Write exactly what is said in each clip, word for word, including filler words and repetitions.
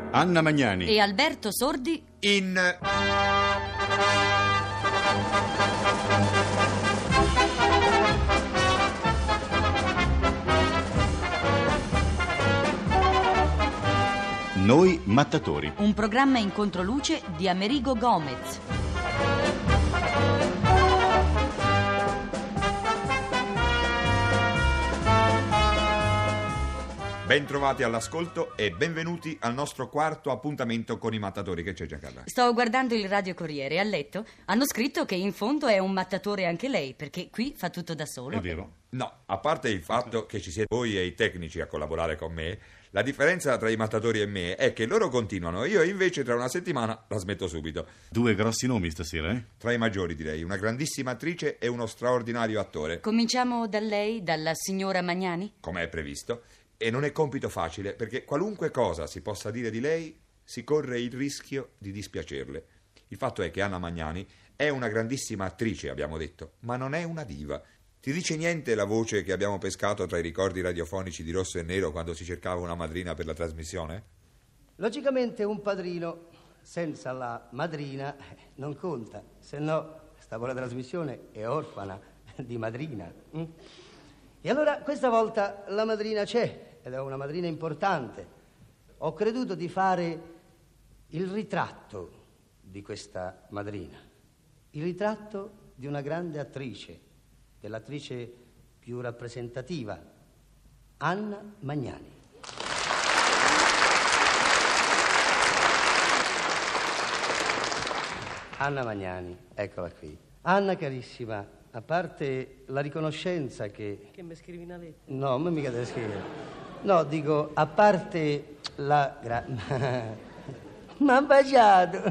Anna Magnani e Alberto Sordi in Noi Mattatori. un programma in controluce di Amerigo Gomez. Ben trovati all'ascolto e benvenuti al nostro quarto appuntamento con i mattatori. Che c'è, Giancarlo? Sto guardando il Radio Corriere e a letto hanno scritto che in fondo è un mattatore anche lei, perché qui fa tutto da solo. È vero? No, a parte il fatto che ci siete voi e i tecnici a collaborare con me, la differenza tra i mattatori e me è che loro continuano, io invece tra una settimana la smetto subito. Due grossi nomi stasera, eh? Tra i maggiori, direi, una grandissima attrice e uno straordinario attore, Cominciamo da lei, dalla signora Magnani? come è previsto. E non è compito facile, perché qualunque cosa si possa dire di lei, si corre il rischio di dispiacerle. Il fatto è che Anna Magnani è una grandissima attrice, abbiamo detto, ma non è una diva. Ti dice niente la voce che abbiamo pescato tra i ricordi radiofonici di Rosso e Nero quando si cercava una madrina per la trasmissione? Logicamente un padrino senza la madrina non conta, se no sta buona trasmissione è orfana di madrina. mm? E allora questa volta la madrina c'è, ed è una madrina importante. Ho creduto di fare il ritratto di questa madrina, il ritratto di una grande attrice, dell'attrice più rappresentativa, Anna Magnani. Anna Magnani, eccola qui. Anna carissima, a parte la riconoscenza che... Che mi scrivi una lettera? No, non mica devo scrivere. No, dico, a parte la... Gra... Ma ha baciato!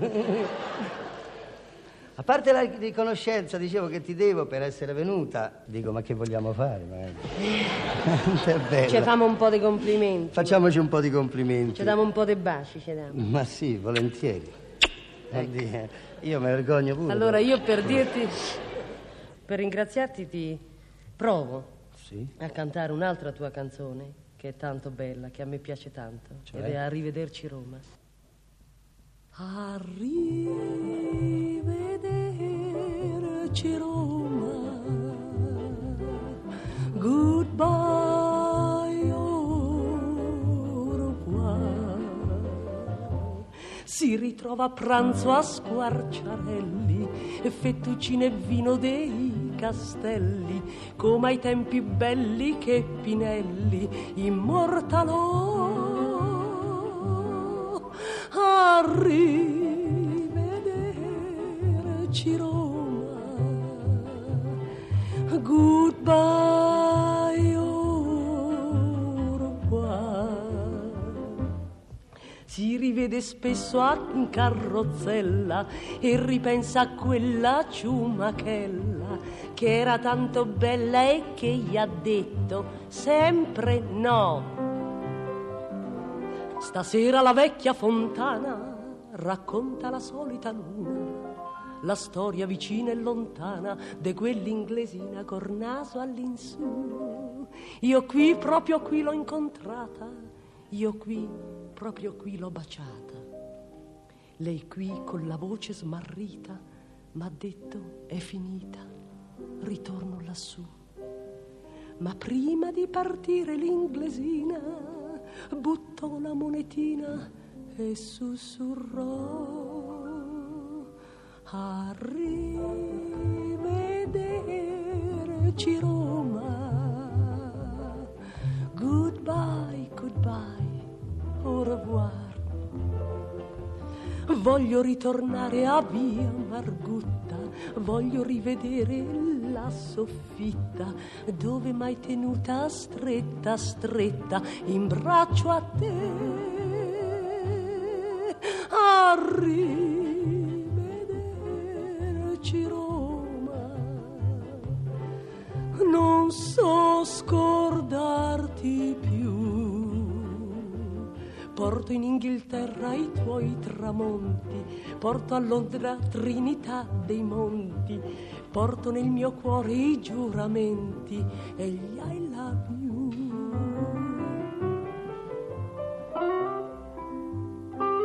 A parte la riconoscenza, dicevo, che ti devo per essere venuta. Dico, ma che vogliamo fare? Ma... È bella. Ci facciamo un po' di complimenti. Facciamoci un po' di complimenti. Ci diamo un po' di baci, ci diamo. Ma sì, volentieri. Oddio, io mi vergogno pure. Allora io per dirti, per ringraziarti ti provo Sì? a cantare un'altra tua canzone che è tanto bella, che a me piace tanto, Cioè? ed è Arrivederci Roma. Arrivederci Roma, goodbye au revoir. Si ritrova a pranzo a Squarciarelli, e fettuccine e vino dei castelli, come ai tempi belli che Pinelli immortalò. Arrivederci Roma, goodbye au revoir. Si rivede spesso in carrozzella e ripensa a quella ciumachella che era tanto bella e che gli ha detto sempre no. Stasera la vecchia fontana racconta la solita luna, la storia vicina e lontana de quell'inglesina col naso all'insù. Io qui, proprio qui l'ho incontrata, io qui, proprio qui l'ho baciata. Lei qui con la voce smarrita m'ha detto è finita, ritorno lassù. Ma prima di partire l'inglesina buttò la monetina e sussurrò arrivederci Roma, goodbye, goodbye, au revoir. Voglio ritornare a via Margutta, voglio rivedere la soffitta dove m'hai tenuta stretta, stretta in braccio a te. Arrivederci Roma, non so scordarti più. Porto in Inghilterra i tuoi tramonti, porto a Londra Trinità dei Monti, porto nel mio cuore i giuramenti e gli I love you.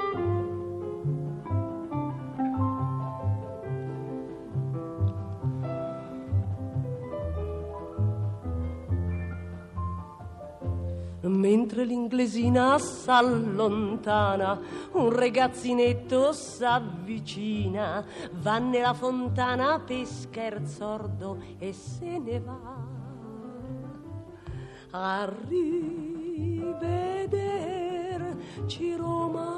Mentre l'inglesina s'allontana, un ragazzinetto s'avvicina, va nella fontana, pesca il sordo e se ne va. Arriveder, ci Roma